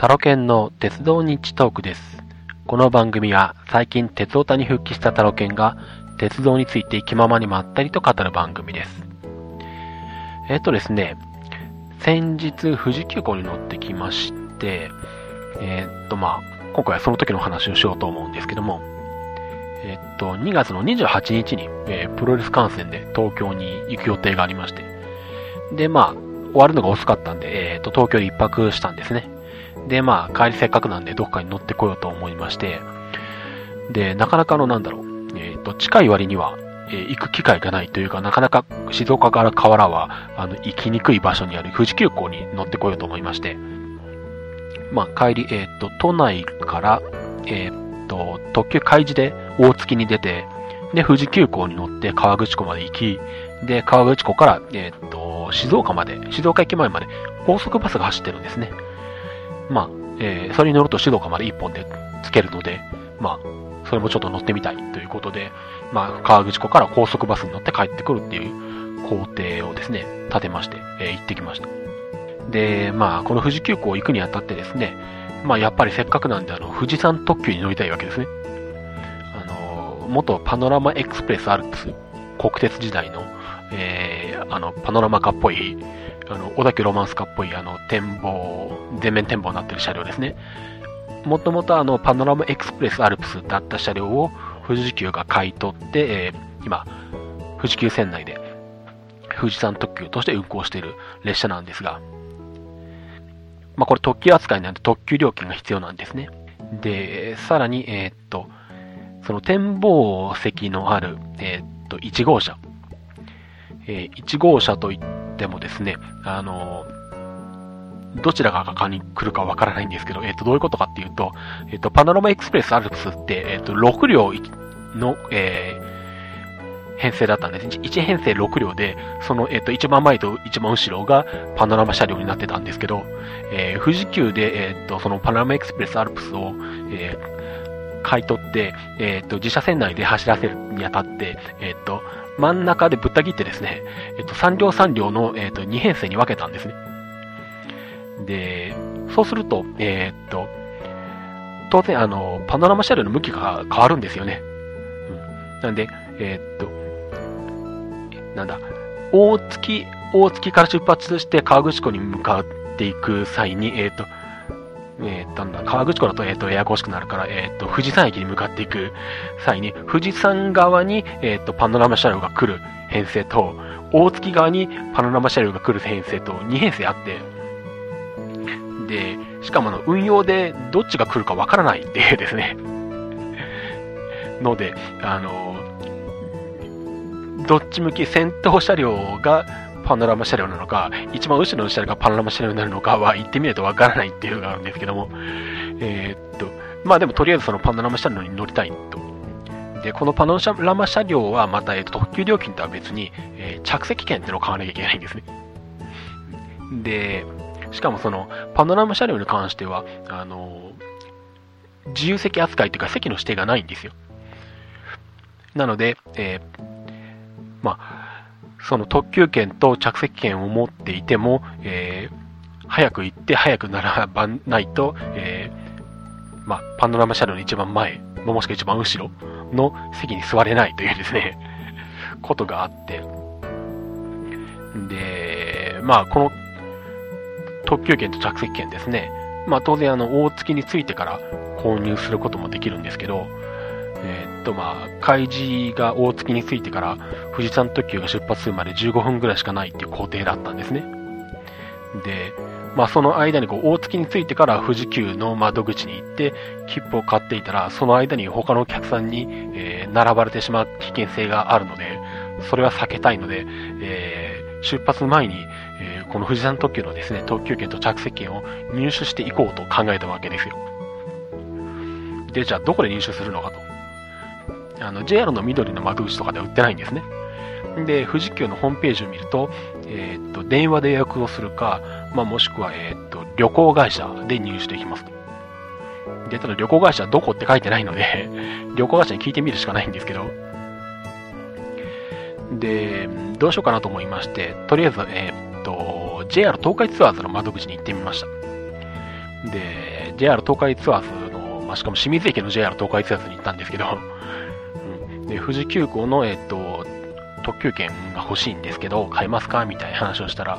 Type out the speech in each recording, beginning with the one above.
タロケンの鉄道日トークです。この番組は最近鉄オタに復帰したタロケンが鉄道について気ままにまったりと語る番組です。ですね、先日富士急行に乗ってきまして、今回はその時の話をしようと思うんですけども、2月の28日に、プロレス観戦で東京に行く予定がありまして、で、終わるのが遅かったんで、東京で一泊したんですね。で、帰りせっかくなんでどっかに乗ってこようと思いまして、で、なかなか近い割には、行く機会がないというか、なかなか静岡から河原は、行きにくい場所にある富士急行に乗ってこようと思いまして、帰り、都内から、特急開示で大月に出て、で、富士急行に乗って河口湖まで行き、で、河口湖から、静岡駅前まで高速バスが走ってるんですね。それに乗ると静岡まで1本で着けるので、それもちょっと乗ってみたいということで、河口湖から高速バスに乗って帰ってくるっていう工程をですね、立てまして、行ってきました。で、この富士急行行くにあたってですね、やっぱりせっかくなんで富士山特急に乗りたいわけですね。元パノラマエクスプレスアルプス、国鉄時代の、パノラマカっぽい、小田急ロマンスカっぽい全面展望になってる車両ですね。もともとパノラマエクスプレスアルプスだった車両を富士急が買い取って、今、富士急線内で富士山特急として運行している列車なんですが、これ特急扱いなんで特急料金が必要なんですね。で、さらに、その展望席のある、1号車。1号車といってもですね、どちらがかに来るかわからないんですけど、どういうことかっていうと、パノラマエクスプレスアルプスって、6両の、編成だったんです。1編成6両で、その、一番前と一番後ろがパノラマ車両になってたんですけど、富士急で、そのパノラマエクスプレスアルプスを、買い取って、自社線内で走らせるにあたって、真ん中でぶった切ってですね、3両3両の、2編成に分けたんですね。で、そうすると、当然、パノラマ車両の向きが変わるんですよね。なんで、大月から出発して河口湖に向かっていく際に、河口湖だと、ややこしくなるから、富士山駅に向かっていく際に、富士山側に、パノラマ車両が来る編成と、大月側にパノラマ車両が来る編成と2編成あって、で、しかも運用でどっちが来るかわからないっていうですね。ので、どっち向き先頭車両がパノラマ車両なのか、一番後ろの車両がパノラマ車両になるのかは言ってみないとわからないっていうのがあるんですけども、でもとりあえずそのパノラマ車両に乗りたいと。で、このパノラマ車両はまた、特急料金とは別に、着席券っていうのを買わなきゃいけないんですね。で、しかもそのパノラマ車両に関しては、自由席扱いというか席の指定がないんですよ。なので、その特急券と着席券を持っていても、早く行って早く並ばないと、パノラマ車両の一番前、もしくは一番後ろの席に座れないというですね、ことがあって、で、この特急券と着席券ですね、当然大月に着いてから購入することもできるんですけど、開示が大月に着いてから富士山特急が出発するまで15分ぐらいしかないっていう工程だったんですね。で、その間に大月に着いてから富士急の窓口に行って切符を買っていたら、その間に他のお客さんに、並ばれてしまう危険性があるので、それは避けたいので、出発前に、この富士山特急のですね、特急券と着席券を入手していこうと考えたわけですよ。で、じゃあどこで入手するのかと。JR の緑の窓口とかでは売ってないんですね。で、富士急のホームページを見ると、電話で予約をするか、もしくは、旅行会社で入手できますと。で、ただ旅行会社どこって書いてないので、旅行会社に聞いてみるしかないんですけど、で、どうしようかなと思いまして、とりあえず、JR 東海ツアーズの窓口に行ってみました。 で、JR 東海ツアーズの、しかも清水駅の JR 東海ツアーズに行ったんですけど、で、富士急行の、特急券が欲しいんですけど、買えますかみたいな話をしたら、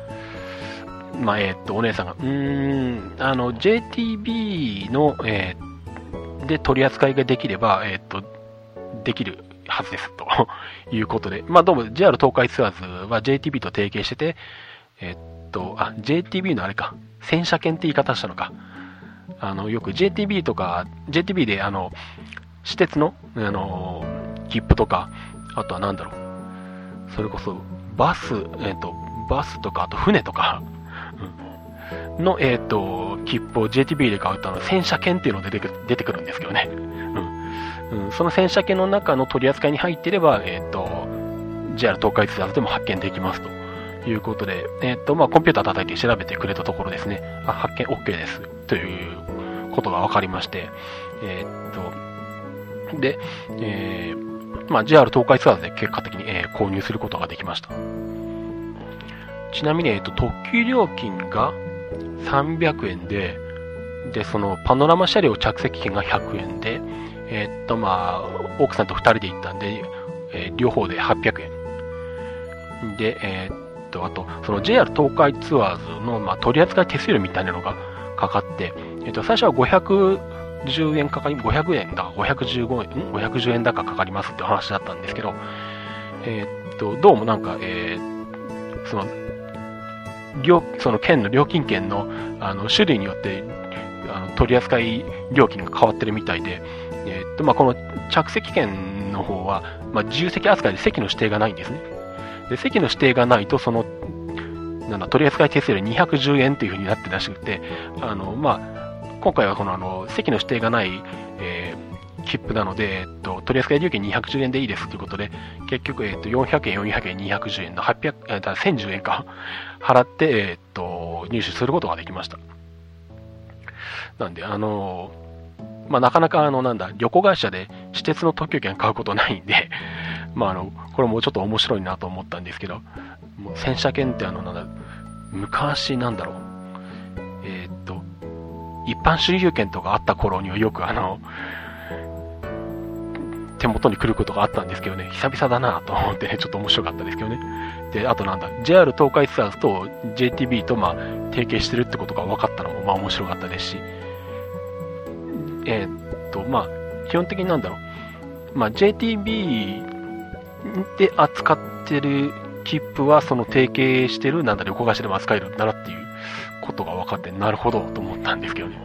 お姉さんが、JTB の、で取り扱いができれば、できるはずです、ということで、どうも JR 東海ツアーズは JTB と提携してて、JTB のあれか、戦車券って言い方したのか。よく JTB とか、JTB で、私鉄の、切符とか、あとはなんだろう、それこそ、バスとか、あと船とか、の、切符を JTB で買うと、戦車券っていうので出てくるんですけどね。その戦車券の中の取り扱いに入っていれば、JR 東海ツアーズでも発券できますということで、コンピューター叩いて調べてくれたところですね、発券 OK ですということが分かりまして、で、JR 東海ツアーズで結果的に、購入することができました。ちなみに、特急料金が300円で、そのパノラマ車両着席券が100円で、奥さんと2人で行ったんで、両方で800円。で、あと、その JR 東海ツアーズの、取扱手数料みたいなのがかかって、最初は510円かかり、500円だか515円、510円だかかかりますって話だったんですけど、どうもなんか、その券の料金券の、種類によって、取扱料金が変わってるみたいで、この着席券の方は、自由席扱いで席の指定がないんですね。で、席の指定がないと、取扱手数料210円という風になってるらしくて、今回はこの、席の指定がない、切符なので、取扱料金210円でいいですということで、結局、400円、400円、210円の1010円か、払って、入手することができました。なんで、なかなか、旅行会社で私鉄の特急券買うことないんで、これもちょっと面白いなと思ったんですけど、もう戦車券って昔一般周遊券とかあった頃にはよく手元に来ることがあったんですけどね、久々だなと思ってね、ちょっと面白かったですけどね。で、あとJR 東海ツアーズと JTB と提携してるってことが分かったのも面白かったですし、基本的にJTB で扱ってる切符はその提携してる旅行会社でも扱えるんだなっていうことが分かって、なるほどと思ったんですけどね。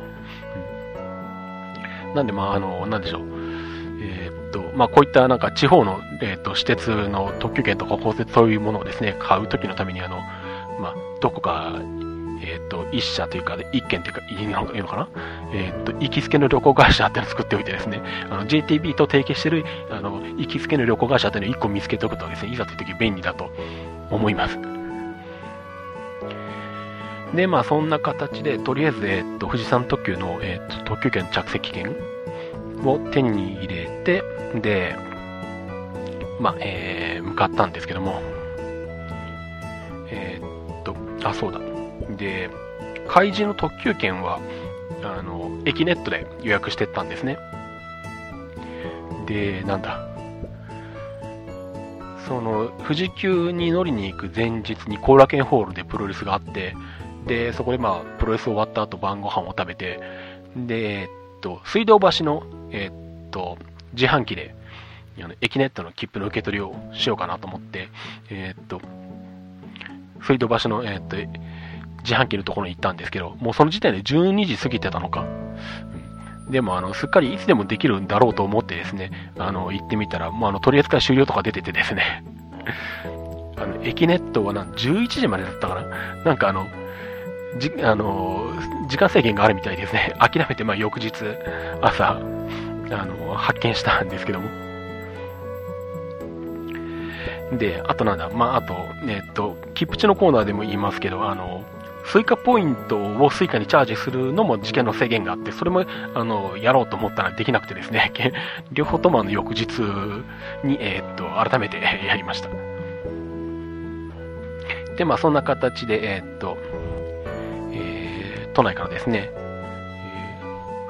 なんでなんでしょう。こういった地方の、私鉄の特急券とかそういうものをですね、買うときのためにどこか、一社というか、一軒というか、いいのかな行きつけの旅行会社っていうのを作っておいてですね、JTB と提携してる、行きつけの旅行会社っていうのを一個見つけておくとですね、いざというとき便利だと思います。で、そんな形で、とりあえず、富士山特急の、特急券着席券を手に入れて、で、向かったんですけども、そうだ。で、開示の特急券は、駅ネットで予約してったんですね。で、富士急に乗りに行く前日に後楽園ホールでプロレスがあって、で、そこでプロレス終わった後晩ご飯を食べて、で、水道橋の、自販機で、駅ネットの切符の受け取りをしようかなと思って、水道橋の、自販機のところに行ったんですけど、もうその時点で12時過ぎてたのか。でも、すっかりいつでもできるんだろうと思ってですね、行ってみたら、もう取り扱い終了とか出ててですね、駅ネットは11時までだったかな。時間制限があるみたいですね。諦めて、翌日、朝、発見したんですけども。で、あと切符地のコーナーでも言いますけど、スイカポイントをスイカにチャージするのも時間の制限があって、それも、やろうと思ったらできなくてですね、両方とも翌日に、改めてやりました。で、そんな形で、都内からですね、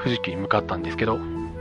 富士急に向かったんですけど、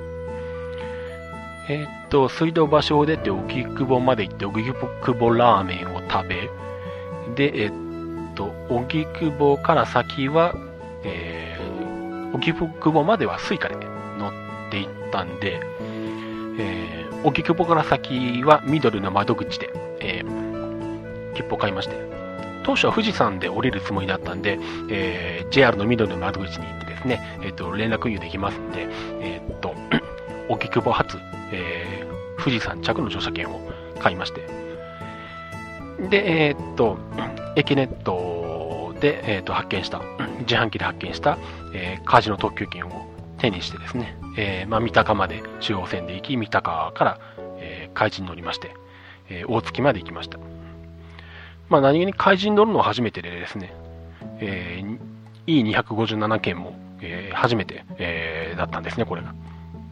水道橋を出て荻窪まで行って荻窪ラーメンを食べ、で、荻窪から先は、荻窪まではスイカで乗っていったんで、荻窪から先は緑の窓口で、切符を買いまして、当初は富士山で降りるつもりだったんで、JR の緑の窓口に行ってですね、連絡入できますんで、荻窪発、富士山着の乗車券を買いまして、で、エキネットで、発見した、自販機で発見した、カジノ特急券を手にしてですね、三鷹まで中央線で行き、三鷹から、海神に乗りまして、大月まで行きました。何気に海神に乗るのは初めてでですね、E257 件も、初めて、だったんですね、これが。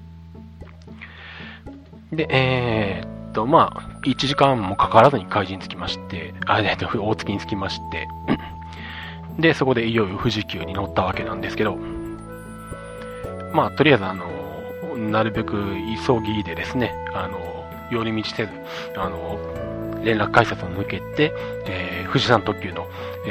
で、1時間もかからずに海神に着きまして、大月に着きまして、で、そこでいよいよ富士急に乗ったわけなんですけど、とりあえずなるべく急ぎでですね、寄り道せず、連絡改札を抜けて、富士山特急の、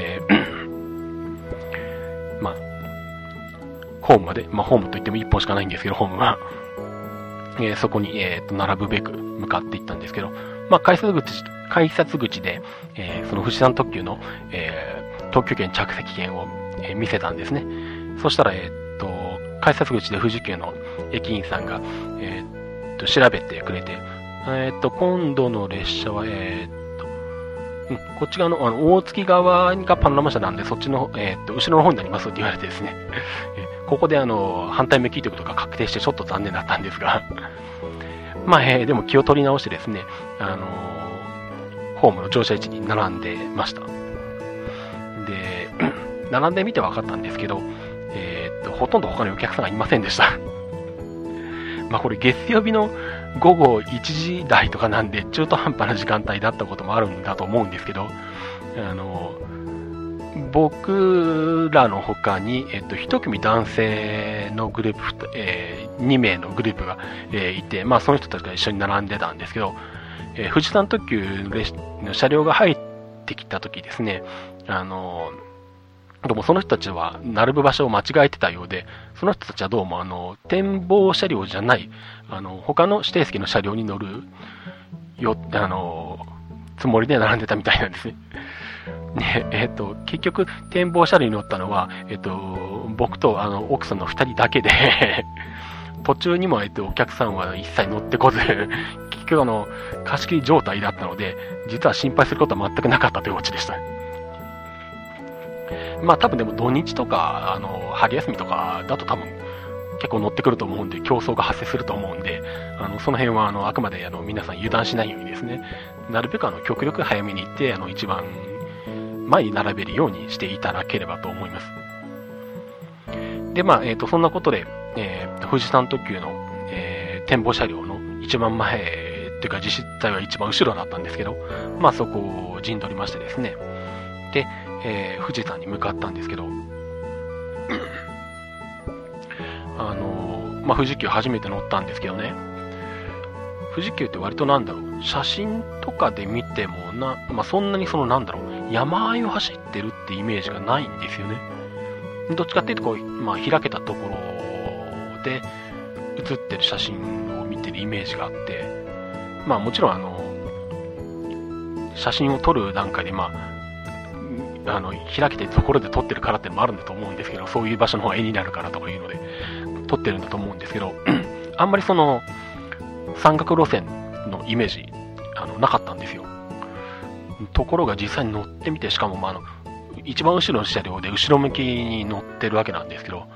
ホームまで、ホームといっても1本しかないんですけど、ホームは、そこに、並ぶべく向かっていったんですけど、改札口で、その富士山特急の、特急券着席券を、見せたんですね。そしたら、改札口で富士急の駅員さんが、調べてくれて、今度の列車は、こっち側の、大月側がパノラマ車なんで、そっちの、後ろの方になりますって言われてですね、ここで反対向きということが確定してちょっと残念だったんですが、でも気を取り直してですね、ホームの乗車位置に並んでました。で、並んでみて分かったんですけど、ほとんど他にお客さんがいませんでした。これ月曜日の午後1時台とかなんで中途半端な時間帯だったこともあるんだと思うんですけど、僕らの他に、一組男性のグループ、2名のグループが、いて、その人たちが一緒に並んでたんですけど、富士山特急の車両が入ってきた時ですね、どうもその人たちは並ぶ場所を間違えてたようで、その人たちはどうも展望車両じゃない、他の指定席の車両に乗るつもりで並んでたみたいなんですね。ね、結局展望車両に乗ったのは、僕と奥さんの2人だけで途中にも、お客さんは一切乗ってこず結局貸し切り状態だったので、実は心配することは全くなかったというオチでした。多分でも土日とか春休みとかだと多分結構乗ってくると思うんで、競争が発生すると思うんで、その辺はあくまで皆さん油断しないようにですね、なるべく極力早めに行って一番前に並べるようにしていただければと思います。で、そんなことで、富士山特急の、展望車両の一番前っていうか実際は一番後ろだったんですけど、そこを陣取りましてですね、で、富士山に向かったんですけど、富士急初めて乗ったんですけどね、富士急って割と写真とかで見てもそんなに山あいを走ってるってイメージがないんですよね。どっちかっていうと開けたところで写ってる写真を見てるイメージがあって、もちろん写真を撮る段階で開けてるところで撮ってるからっていうのもあるんだと思うんですけど、そういう場所の方が絵になるからとかいうので撮ってるんだと思うんですけどあんまり山岳路線のイメージなかったんですよ。ところが実際に乗ってみて、しかも一番後ろの車両で後ろ向きに乗ってるわけなんですけど、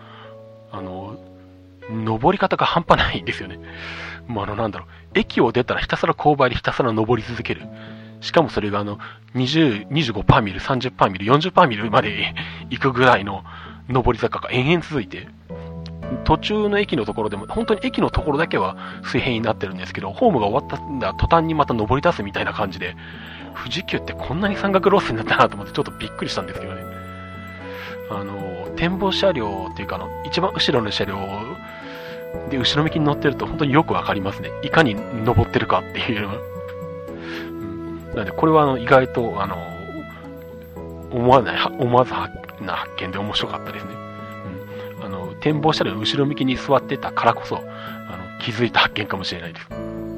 登り方が半端ないんですよね。駅を出たらひたすら勾配でひたすら登り続ける。しかもそれが25%ミル、30%ミル、40%ミルまで行くぐらいの上り坂が延々続いて、途中の駅のところでも、本当に駅のところだけは水平になってるんですけど、ホームが終わった途端にまた上り出すみたいな感じで、富士急ってこんなに山岳路線だったなと思ってちょっとびっくりしたんですけどね。 展望車両っていうか、一番後ろの車両で後ろ向きに乗ってると本当によくわかりますね。いかに登ってるかっていうのは。なので、これは意外と、思わずな発見で面白かったですね。展望車両の後ろ向きに座ってたからこそ、気づいた発見かもしれないです。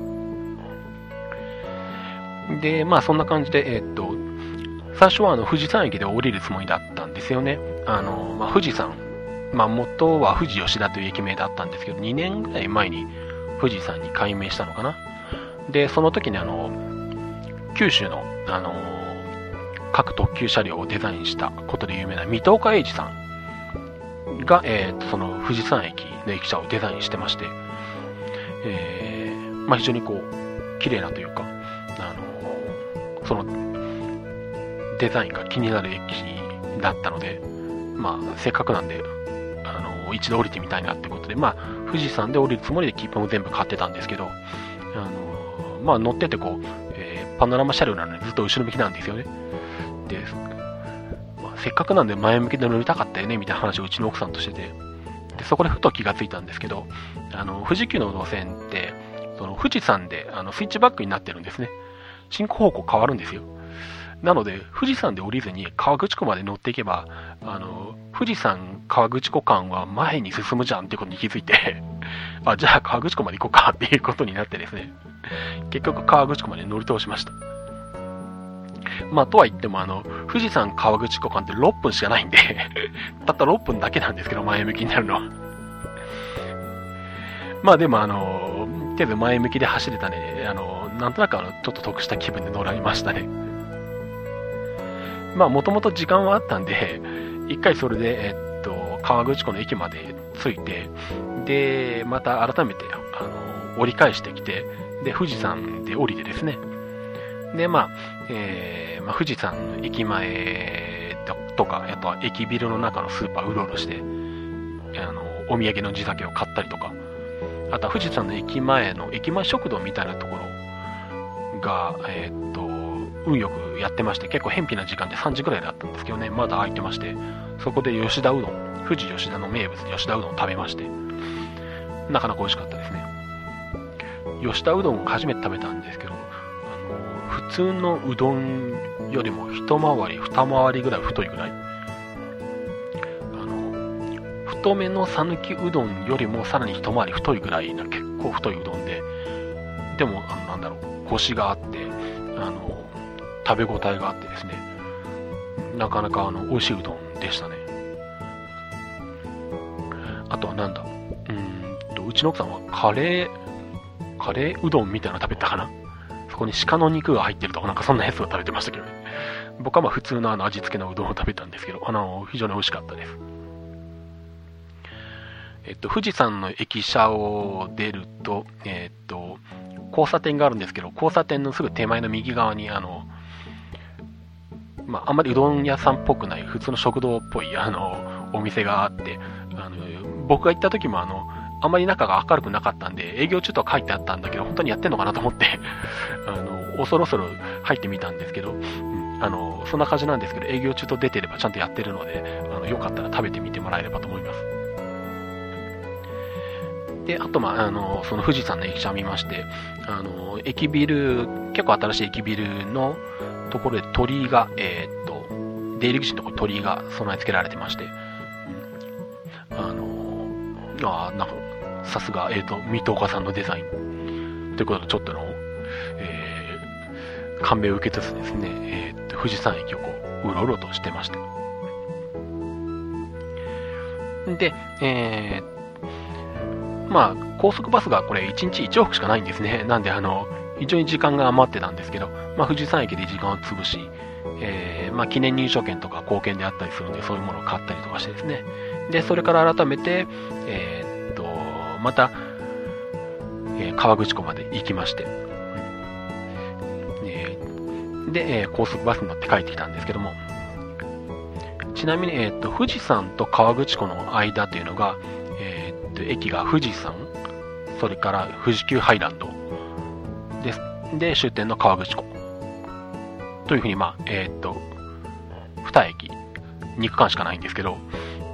で、まあそんな感じで、最初は富士山駅で降りるつもりだったんですよね。富士山、元は富士吉田という駅名だったんですけど、2年ぐらい前に富士山に改名したのかな。で、その時に九州の、各特急車両をデザインしたことで有名な水戸岡英二さんが、その富士山駅の駅舎をデザインしてまして、非常にこう、綺麗なというか、そのデザインが気になる駅だったので、せっかくなんで、一度降りてみたいなってことで、富士山で降りるつもりで切符も全部買ってたんですけど、乗っててこう、パノラマ車両なのでずっと後ろ向きなんですよね。で、せっかくなんで前向きで乗りたかったよねみたいな話をうちの奥さんとしてて、でそこでふと気がついたんですけど、富士急の路線ってその富士山でスイッチバックになってるんですね。進行方向変わるんですよ。なので富士山で降りずに河口湖まで乗っていけば、富士山河口湖間は前に進むじゃんっていうことに気づいてじゃあ河口湖まで行こうかっていうことになってですね、結局河口湖まで乗り通しました。とは言っても富士山河口湖間って6分しかないんでたった6分だけなんですけど、前向きになるのはでもとりあえず前向きで走れたね、なんとなくちょっと得した気分で乗られましたね。もともと時間はあったんで、一回それで、河口湖の駅まで着いて、で、また改めて、折り返してきて、で、富士山で降りてですね。で、富士山の駅前とか、あとは駅ビルの中のスーパーうろうろして、お土産の地酒を買ったりとか、あとは富士山の駅前食堂みたいなところが、運よくやってまして、結構偏僻な時間で3時ぐらいだったんですけどね、まだ空いてまして、そこで吉田うどん、富士吉田の名物吉田うどんを食べまして、なかなか美味しかったですね。吉田うどんを初めて食べたんですけど、普通のうどんよりも一回り二回りぐらい太いぐらい、太めの讃岐うどんよりもさらに一回り太いぐらいな結構太いうどんで、でもコシがあって食べ応えがあってですね、なかなか美味しいうどんでしたね。あとはうちの奥さんはカレーうどんみたいなの食べたかな。そこに鹿の肉が入ってるとかそんなやつを食べてましたけどね。僕は普通の味付けのうどんを食べたんですけど、非常に美味しかったです。富士山の駅舎を出ると、交差点があるんですけど、交差点のすぐ手前の右側にあんまりうどん屋さんっぽくない普通の食堂っぽいお店があって、僕が行った時もあんまり中が明るくなかったんで、営業中とは書いてあったんだけど、本当にやってんのかなと思って恐る恐る入ってみたんですけど、そんな感じなんですけど、営業中と出てればちゃんとやってるので、よかったら食べてみてもらえればと思います。で、あとその富士山の駅舎を見まして、駅ビル、結構新しい駅ビルのところで鳥居が、出入り口のところに鳥居が備え付けられてまして、さすが、水戸岡さんのデザインということで、ちょっと感銘を受けつつですね、富士山駅をうろうろとしてました。で、高速バスがこれ1日1往復しかないんですね。なんで非常に時間が余ってたんですけど、富士山駅で時間を潰し、記念入場券とか貢献であったりするので、そういうものを買ったりとかしてですね。で、それから改めて、また、河口湖まで行きまして、で、高速バスに乗って帰ってきたんですけども、ちなみに、富士山と河口湖の間というのが、駅が富士山、それから富士急ハイランドで終点の河口湖というふうに2駅 2区間しかないんですけど、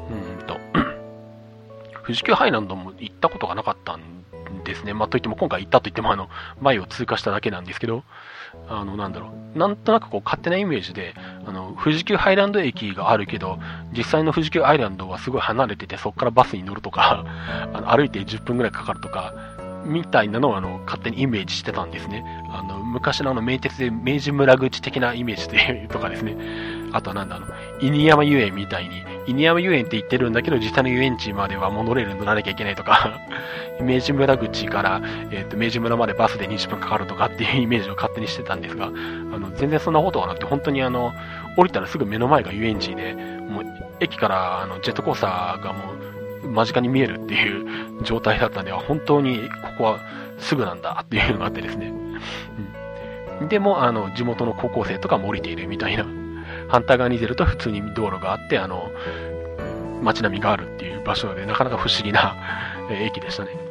富士急ハイランドも行ったことがなかったんですね。といっても今回行ったといっても前を通過しただけなんですけど、なんとなくこう勝手なイメージで、富士急ハイランド駅があるけど、実際の富士急ハイランドはすごい離れてて、そこからバスに乗るとか、歩いて10分ぐらいかかるとか、みたいなのを勝手にイメージしてたんですね。昔の名鉄で明治村口的なイメージでとかですね。あとは犬山遊園みたいに、犬山遊園って言ってるんだけど、実際の遊園地まではモノレール乗らなきゃいけないとか、明治村口から、明治村までバスで20分かかるとかっていうイメージを勝手にしてたんですが、全然そんなことはなくて、本当に降りたらすぐ目の前が遊園地で、もう駅からジェットコースターがもう間近に見えるっていう状態だったんで、本当にここはすぐなんだっていうのがあってですね。でも、地元の高校生とかも降りているみたいな。反対側に出ると普通に道路があって、街並みがあるっていう場所で、なかなか不思議な駅でしたね。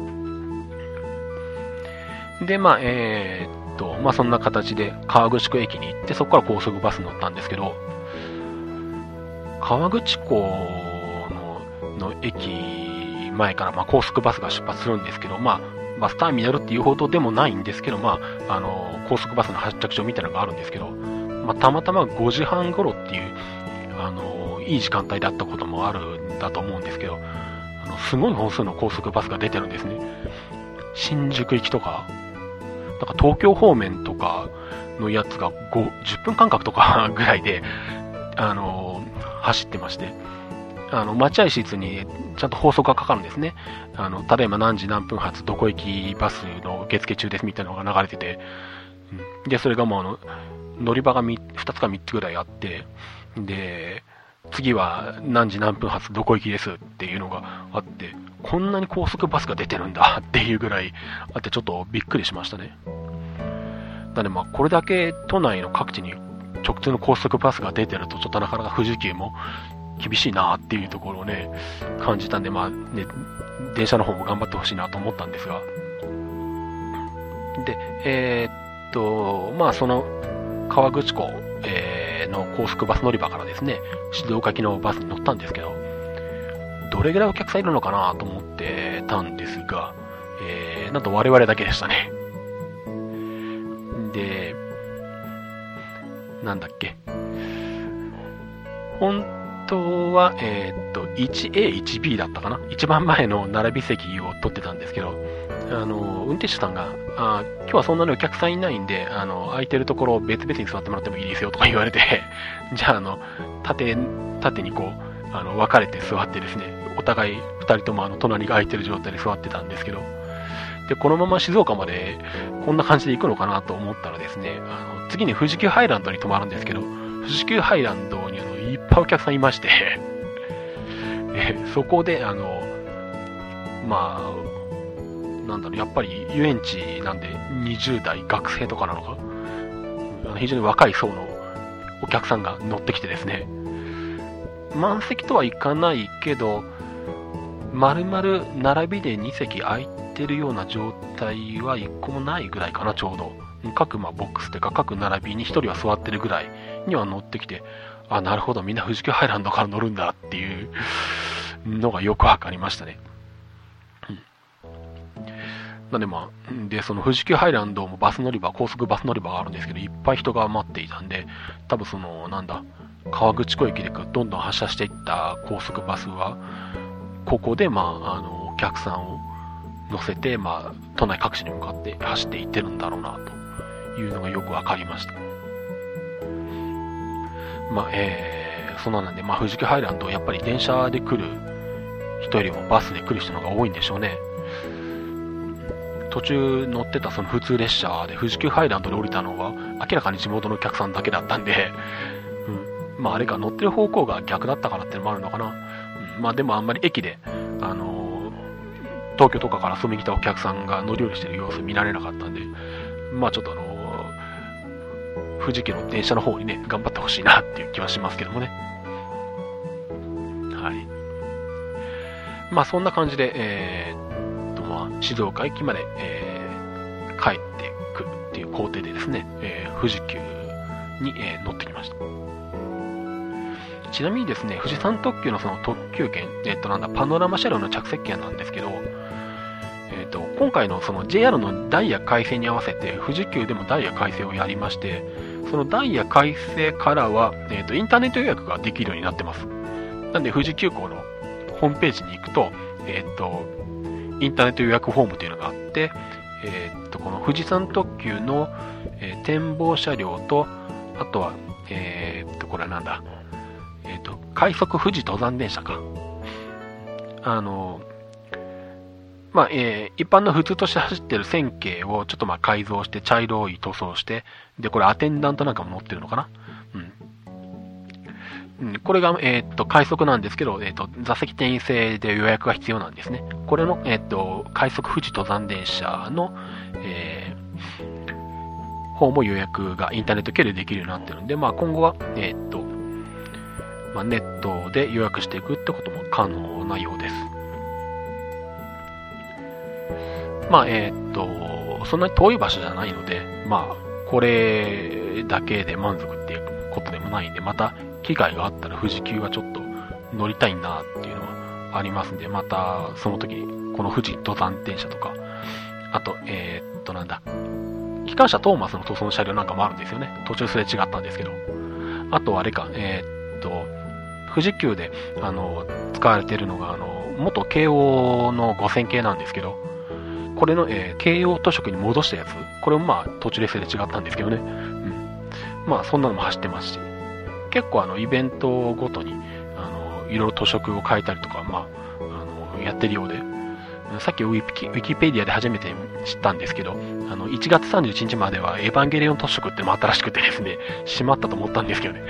で、そんな形で河口湖駅に行って、そこから高速バスに乗ったんですけど、河口湖の駅前から高速バスが出発するんですけど、バスターミナルっていうほどでもないんですけど、高速バスの発着所みたいなのがあるんですけど、たまたま5時半頃っていう、いい時間帯だったこともあるんだと思うんですけど、すごい本数の高速バスが出てるんですね。新宿行きとか、東京方面とかのやつが10分間隔とかぐらいで、走ってまして、待合室にちゃんと法則がかかるんですね。ただいま何時何分発どこ行きバスの受付中ですみたいなのが流れてて、で、それがもう乗り場が2つか3つぐらいあって、で、次は何時何分発どこ行きですっていうのがあって、こんなに高速バスが出てるんだっていうぐらいあって、ちょっとびっくりしましたね。なのでこれだけ都内の各地に直通の高速バスが出てると、ちょっとなかなか富士急も厳しいなっていうところをね、感じたんで、電車の方も頑張ってほしいなと思ったんですが。で、その河口湖、の高速バス乗り場からですね、静岡行きのバスに乗ったんですけど、どれぐらいお客さんいるのかなと思ってたんですが、なんと我々だけでしたね。で、なんだっけ。本当は、1A、1B だったかな。一番前の並び席を取ってたんですけど、運転手さんが、今日はそんなにお客さんいないんで、空いてるところを別々に座ってもらってもいいですよとか言われて、じゃあ、縦にこう、分かれて座ってですね、お互い2人とも隣が空いてる状態で座ってたんですけど、で、このまま静岡までこんな感じで行くのかなと思ったらですね、次に富士急ハイランドに泊まるんですけど、富士急ハイランドにいっぱいお客さんいましてそこで、やっぱり遊園地なんで20代学生とかなのか、非常に若い層のお客さんが乗ってきてですね、満席とはいかないけど、丸々並びで2席空いてるような状態は1個もないぐらいかな、ちょうど。各ボックスというか各並びに1人は座ってるぐらいには乗ってきて、なるほど、みんな富士急ハイランドから乗るんだっていうのがよくわかりましたね。なんでその富士急ハイランドもバス乗り場、高速バス乗り場があるんですけど、いっぱい人が待っていたんで、多分河口湖駅でどんどん発車していった高速バスは、ここでお客さんを乗せて、都内各地に向かって走っていってるんだろうな、というのがよくわかりました。そんなんで、富士急ハイランドはやっぱり電車で来る人よりもバスで来る人の方が多いんでしょうね。途中乗ってたその普通列車で富士急ハイランドで降りたのは明らかに地元のお客さんだけだったんで、あれか乗ってる方向が逆だったからってのもあるのかな。でもあんまり駅で、東京とかから遊びに来たお客さんが乗り降りしてる様子見られなかったんで、ちょっと富士急の電車の方にね、頑張ってほしいなっていう気はしますけどもね。はい。そんな感じで、静岡駅まで、帰ってくるっていう工程でですね、富士急に、乗ってきました。 ちなみにですね、富士山特急のその特急券、パノラマ車両の着席券なんですけど、今回のその JR のダイヤ改正に合わせて、富士急でもダイヤ改正をやりまして、そのダイヤ改正からは、インターネット予約ができるようになってます。なんで、富士急行のホームページに行くと、インターネット予約フォームというのがあって、この富士山特急の、展望車両と、あとは、これはなんだ、快速富士登山電車か。一般の普通として走ってる線形をちょっと改造して茶色い塗装して、で、これアテンダントなんかも乗ってるのかな。これが、快速なんですけど、座席定員制で予約が必要なんですね。これの、快速富士登山電車の、方も予約がインターネット系でできるようになってるんで、今後は、ネットで予約していくってことも可能なようです。そんなに遠い場所じゃないので、これだけで満足っていうことでもないんで、また機会があったら富士急はちょっと乗りたいなっていうのはありますんで、またその時にこの富士登山電車とか、あと、機関車トーマスの塗装の車両なんかもあるんですよね。途中すれ違ったんですけど。あとあれか、富士急で、使われているのが、元京王の5000系なんですけど、これの、京王図書に戻したやつ、これも途中ですれ違ったんですけどね。そんなのも走ってますし、結構イベントごとに、いろいろ図書を変えたりとか、やってるようで、さっきウィキペディアで初めて知ったんですけど、1月31日まではエヴァンゲリオン図書っても新しくてですね、しまったと思ったんですけどね。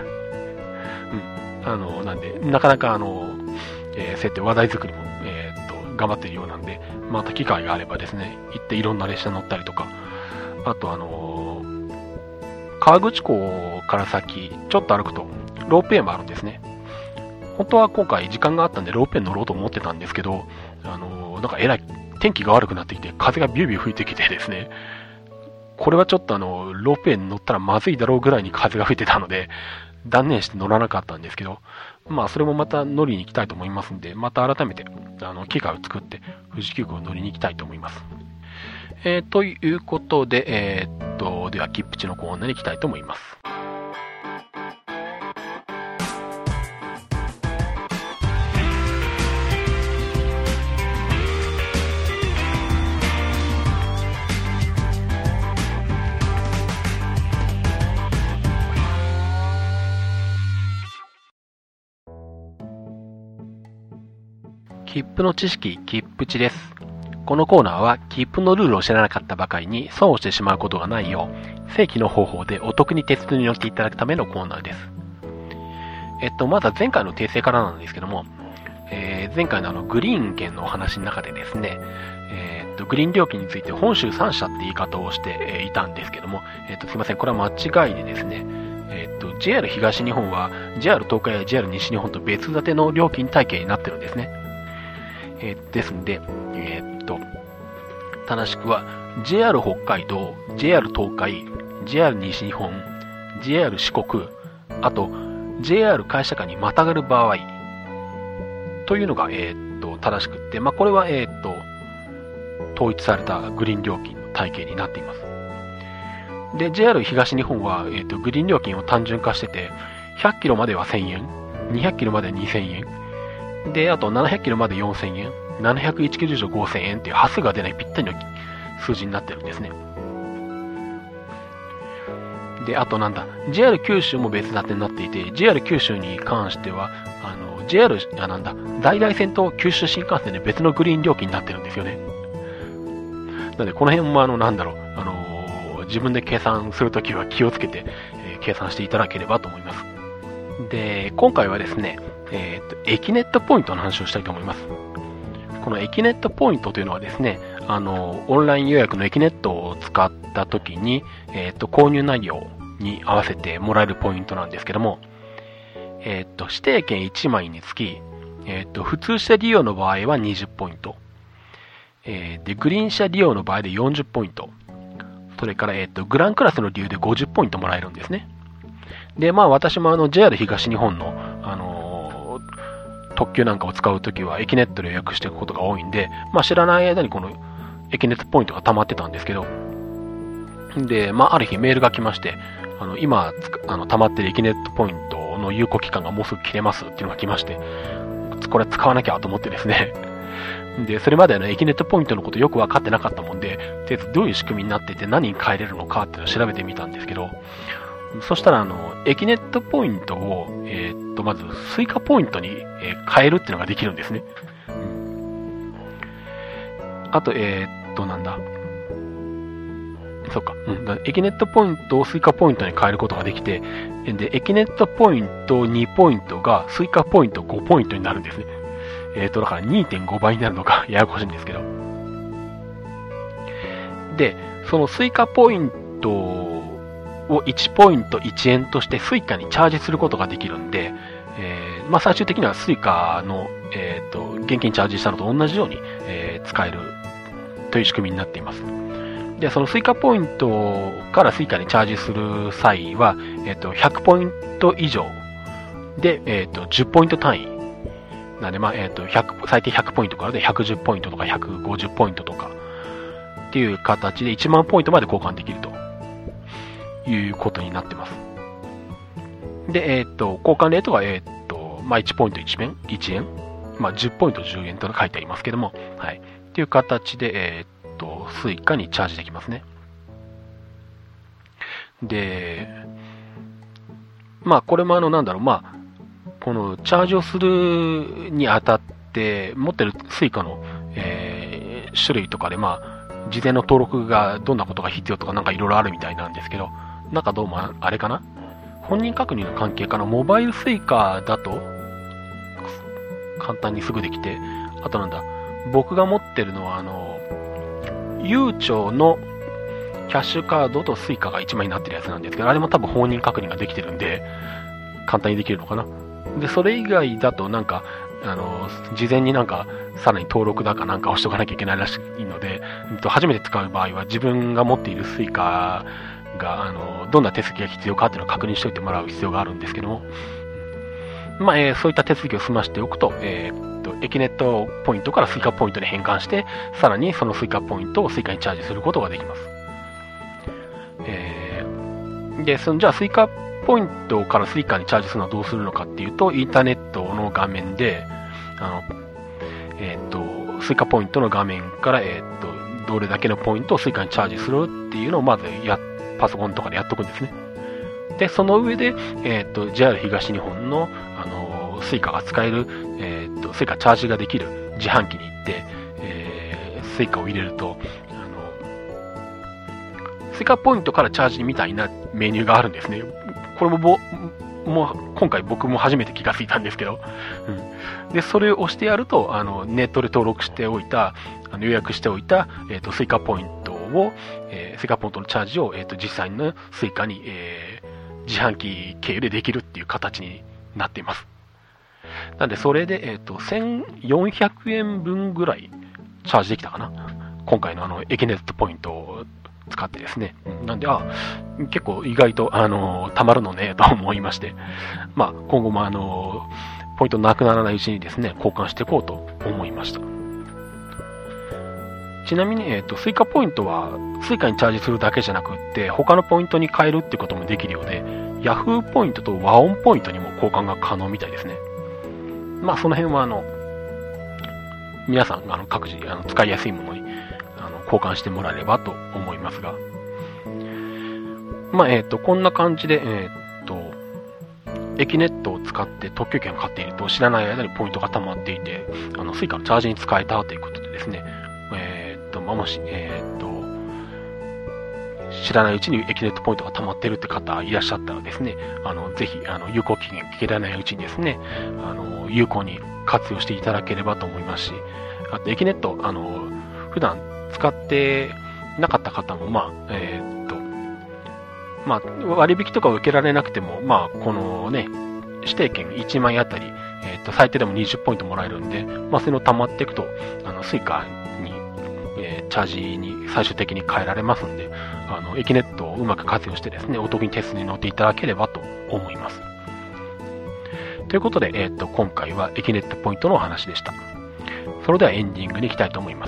なんで、なかなかそうやって話題作りも、頑張ってるようなんで、また機会があればですね、行っていろんな列車乗ったりとか、あと河口湖から先、ちょっと歩くと、ロープウェイもあるんですね。本当は今回時間があったんでロープウェイ乗ろうと思ってたんですけど、なんかえらい天気が悪くなってきて、風がビュービュー吹いてきてですね、これはちょっとロープウェイに乗ったらまずいだろうぐらいに風が吹いてたので、断念して乗らなかったんですけど、それもまた乗りに行きたいと思いますんで、また改めて、機会を作って、富士急行を乗りに行きたいと思います。ということで、では、キップチのコーナーに行きたいと思います。切符の知識、切符値です。このコーナーは切符のルールを知らなかったばかりに損をしてしまうことがないよう、正規の方法でお得に鉄道に乗っていただくためのコーナーです。まずは前回の訂正からなんですけども、前回のグリーン券のお話の中でですね、グリーン料金について本州3社って言い方をしていたんですけども、すいません、これは間違いでですね、JR 東日本は JR 東海や JR 西日本と別建ての料金体系になってるんですね。ですんで、正しくは JR 北海道、JR 東海、JR 西日本、JR 四国、あと JR 会社間にまたがる場合というのが、正しくって、これは、統一されたグリーン料金の体系になっています。で、JR 東日本は、グリーン料金を単純化してて、100キロまでは1000円、200キロまでは2000円、で、あと700キロまで4000円、701キロ以上5000円っていう端数が出ないぴったりの数字になってるんですね。で、あとJR 九州も別建てになっていて、JR 九州に関しては、在来線と九州新幹線で別のグリーン料金になってるんですよね。なので、この辺も自分で計算するときは気をつけて、計算していただければと思います。で、今回はですね、エキネットポイントの話をしたいと思います。このエキネットポイントというのはですね、オンライン予約のエキネットを使ったときに、購入内容に合わせてもらえるポイントなんですけども、指定券1枚につき、普通車利用の場合は20ポイント。で、グリーン車利用の場合で40ポイント。それから、グランクラスの利用で50ポイントもらえるんですね。で、私もJR 東日本の、 特急なんかを使うときはエキネットで予約していくことが多いんで、知らない間にこのエキネットポイントが溜まってたんですけど、で、ある日メールが来まして、今、溜まってるエキネットポイントの有効期間がもうすぐ切れますっていうのが来まして、これ使わなきゃと思ってですね。で、それまでエキネットポイントのことよく分かってなかったもんで、とりあえずどういう仕組みになってて何に変えれるのかっていうのを調べてみたんですけど、そしたらエキネットポイントを、まずスイカポイントに変えるっていうのができるんですね。あと、なんだ。そっか。エキネットポイントをスイカポイントに変えることができて、で、エキネットポイント2ポイントがスイカポイント5ポイントになるんですね。だから 2.5 倍になるのかややこしいんですけど。で、そのスイカポイントを1ポイント1円としてスイカにチャージすることができるんで、最終的にはスイカの、現金チャージしたのと同じように、使えるという仕組みになっています。で、そのスイカポイントからスイカにチャージする際は、100ポイント以上で、10ポイント単位。なんで、最低100ポイントからで110ポイントとか150ポイントとかっていう形で1万ポイントまで交換できるということになってます。で、交換レートが、1ポイント1円、10ポイント10円と書いてありますけども、はい。っていう形で、スイカにチャージできますね。で、これもこのチャージをするにあたって持ってるスイカの、種類とかで事前の登録がどんなことが必要とかいろいろあるみたいなんですけど、どうもあれかな、本人確認の関係かな、モバイルスイカだと簡単にすぐできて、あと僕が持ってるのはゆうちょのキャッシュカードとスイカが1枚になってるやつなんですけど、あれも多分本人確認ができてるんで簡単にできるのかな。で、それ以外だと事前にさらに登録だかをしとかなきゃいけないらしいので、初めて使う場合は自分が持っているスイカが、どんな手続きが必要かっていうのを確認しておいてもらう必要があるんですけども、そういった手続きを済ましておくと、エキネットポイントからスイカポイントに変換して、さらにそのスイカポイントをスイカにチャージすることができます。で、じゃあスイカポイントからスイカにチャージするのはどうするのかっていうと、インターネットの画面で、スイカポイントの画面から、どれだけのポイントをスイカにチャージするっていうのをまずパソコンとかでやっとくんですね。で、その上で、JR 東日本の、スイカが使える、スイカチャージができる自販機に行って、スイカを入れると、スイカポイントからチャージみたいなメニューがあるんですね。これも今回僕も初めて気がついたんですけど、で、それを押してやると、ネットで登録しておいた、予約しておいた、スイカポイントを、スイカポイントのチャージを、実際のスイカに、自販機経由でできるっていう形になっています。なんで、それで、1400円分ぐらいチャージできたかな。今回のエキネットポイントを使ってですね。なんで、結構意外と、溜まるのね、と思いまして。今後もポイントなくならないうちにですね、交換していこうと思いました。ちなみに、スイカポイントは、スイカにチャージするだけじゃなくって、他のポイントに変えるってこともできるようで、Yahoo ポイントと和音ポイントにも交換が可能みたいですね。その辺は、皆さん、各自、使いやすいものに、交換してもらえればと思いますが。こんな感じで、エキネットを使って特許券を買っていると知らない間にポイントが溜まっていて、スイカのチャージに使えたということでですね、もし、知らないうちにエキネットポイントが溜まっているって方いらっしゃったらですね、ぜひ、有効期限切らないうちにですね、有効に活用していただければと思いますし、あと、エキネット、普段使ってなかった方も、割引とかを受けられなくても、このね、指定券1枚あたり、最低でも20ポイントもらえるんで、それの溜まっていくと、スイカに、チャージに最終的に変えられますんで、エキネットをうまく活用してですね、お得にテストに乗っていただければと思います。 ということで、今回はエキネットポイントのお話でした。それではエンディングに行きたいと思います。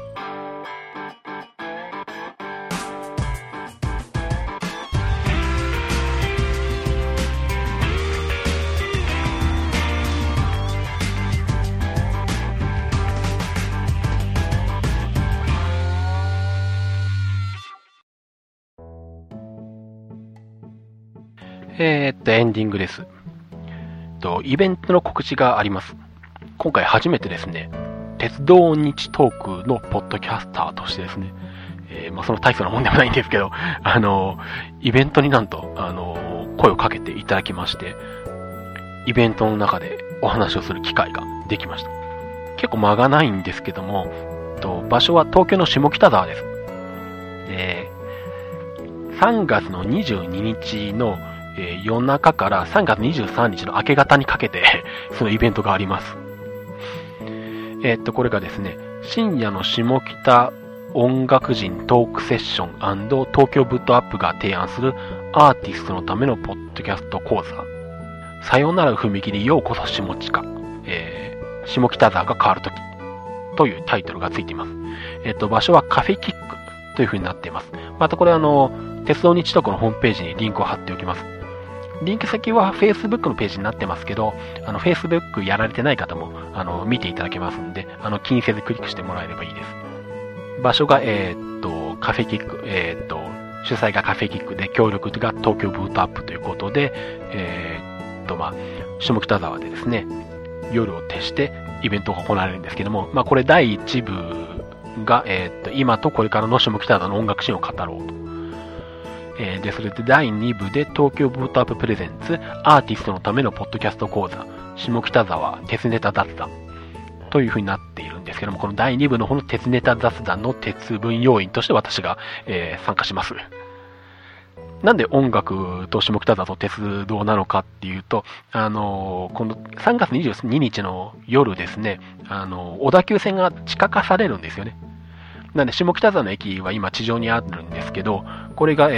エンディングです。イベントの告知があります。今回初めてですね、鉄道日トークのポッドキャスターとしてですね、その大層なもんでもないんですけど、イベントになんと、声をかけていただきまして、イベントの中でお話をする機会ができました。結構間がないんですけども、場所は東京の下北沢です。で、3月の22日の夜中から3月23日の明け方にかけてそのイベントがあります。これがですね、深夜の下北音楽人トークセッション&東京ブットアップが提案するアーティストのためのポッドキャスト講座、さよなら踏切ようこそ下北、下北沢が変わるときというタイトルがついています。場所はカフェキックという風になっています。またこれ鉄道日トークのホームページにリンクを貼っておきます。リンク先は Facebook のページになってますけど、Facebook やられてない方も、見ていただけますんで、気にせずクリックしてもらえればいいです。場所が、カフェキック、主催がカフェキックで、協力が東京ブートアップということで、下北沢でですね、夜を徹してイベントが行われるんですけども、これ第1部が、今とこれからの下北沢の音楽シーンを語ろうと。で、それで第2部で東京ブートアッププレゼンツアーティストのためのポッドキャスト講座、下北沢鉄ネタ雑談という風になっているんですけども、この第2部の方の鉄ネタ雑談の鉄分要員として私が、参加します。なんで音楽と下北沢と鉄道なのかっていうと、この3月22日の夜ですね、小田急線が地下化されるんですよね。なんで下北沢の駅は今地上にあるんですけど、これが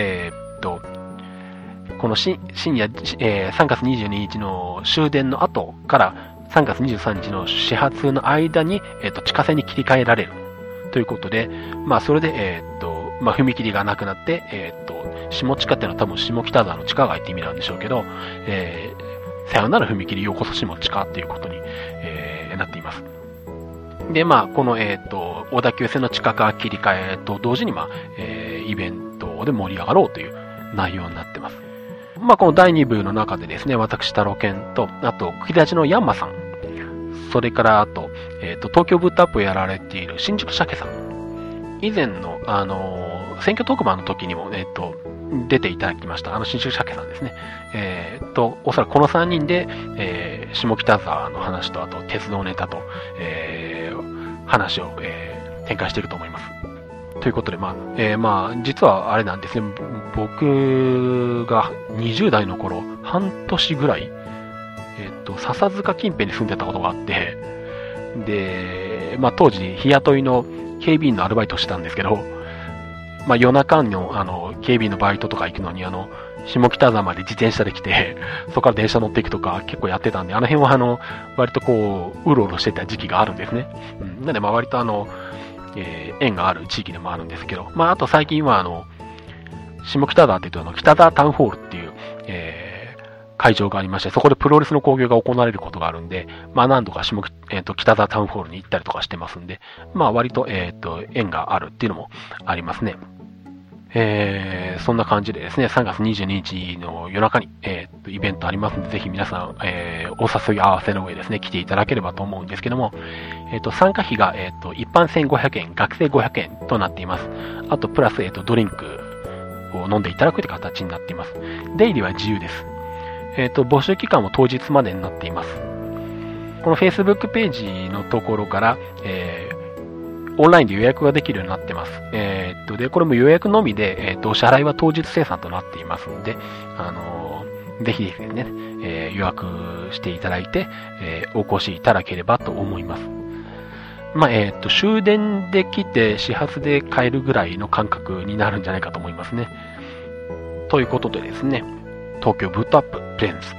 この深夜、3月22日の終電の後から3月23日の始発の間に、地下線に切り替えられるということで、それで、踏切がなくなって、下地下っていうのは多分下北沢の地下街って意味なんでしょうけど、さよなら踏切ようこそ下地下っていうことに、なっています。で、この、小田急線の地下化切り替えと同時に、イベントで盛り上がろうという内容になってます。この第2部の中でですね、私、タロケンと、あと、クキラジのヤンマさん、それから、あと、東京ブットアップをやられている新宿鮭さん、以前の、選挙特番の時にも、出ていただきました、新宿鮭さんですね。おそらくこの3人で、下北沢の話と、あと、鉄道ネタと、話を、展開していると思います。ということで、実はあれなんですね、僕が20代の頃、半年ぐらい、笹塚近辺に住んでたことがあって、で、当時、日雇いの警備員のアルバイトをしてたんですけど、夜中の、警備員のバイトとか行くのに、下北沢まで自転車で来て、そこから電車乗っていくとか結構やってたんで、あの辺は割とこう、うろうろしてた時期があるんですね。なんで割と縁がある地域でもあるんですけど、あと最近は下北沢って言うと北沢タウンホールっていう、会場がありまして、そこでプロレスの興行が行われることがあるんで、何度か北沢タウンホールに行ったりとかしてますんで、割と、縁があるっていうのもありますね。そんな感じでですね、3月22日の夜中に、イベントありますので、ぜひ皆さん、お誘い合わせの上ですね、来ていただければと思うんですけども、参加費が、一般1500円、学生500円となっています。あと、プラス、ドリンクを飲んでいただくという形になっています。出入りは自由です。募集期間も当日までになっています。この Facebook ページのところから、オンラインで予約ができるようになってます。で、これも予約のみで、お支払いは当日生産となっていますので、ぜひですね、予約していただいて、お越しいただければと思います。終電で来て始発で帰るぐらいの感覚になるんじゃないかと思いますね。ということでですね、東京ブートアッププレゼンツ、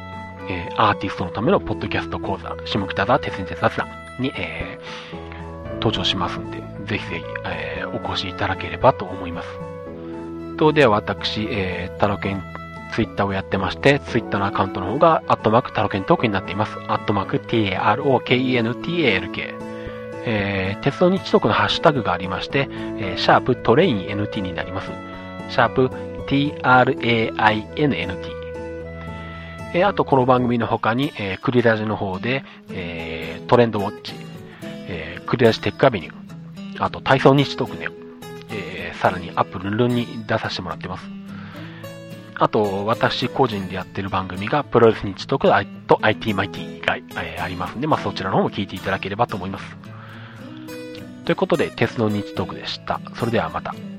アーティストのためのポッドキャスト講座、下北沢鉄人鉄雑談に、登場しますんで、ぜひぜひ、お越しいただければと思います。では私、タロケンツイッターをやってまして、ツイッターのアカウントの方が、タロケントークになっています。@TAROKENTALK。鉄道日トークのハッシュタグがありまして、シャープトレイン NT になります。シャープ TRAINNT。あと、この番組の他に、クリラジの方で、トレンドウォッチ、クリラジテックアベニュー、あと、体操日トークね、さらにアップルンルンに出させてもらってます。あと、私個人でやってる番組が、プロレス日トークと IT マイティが、ありますんで、そちらの方も聞いていただければと思います。ということで、鉄道日トークでした。それではまた。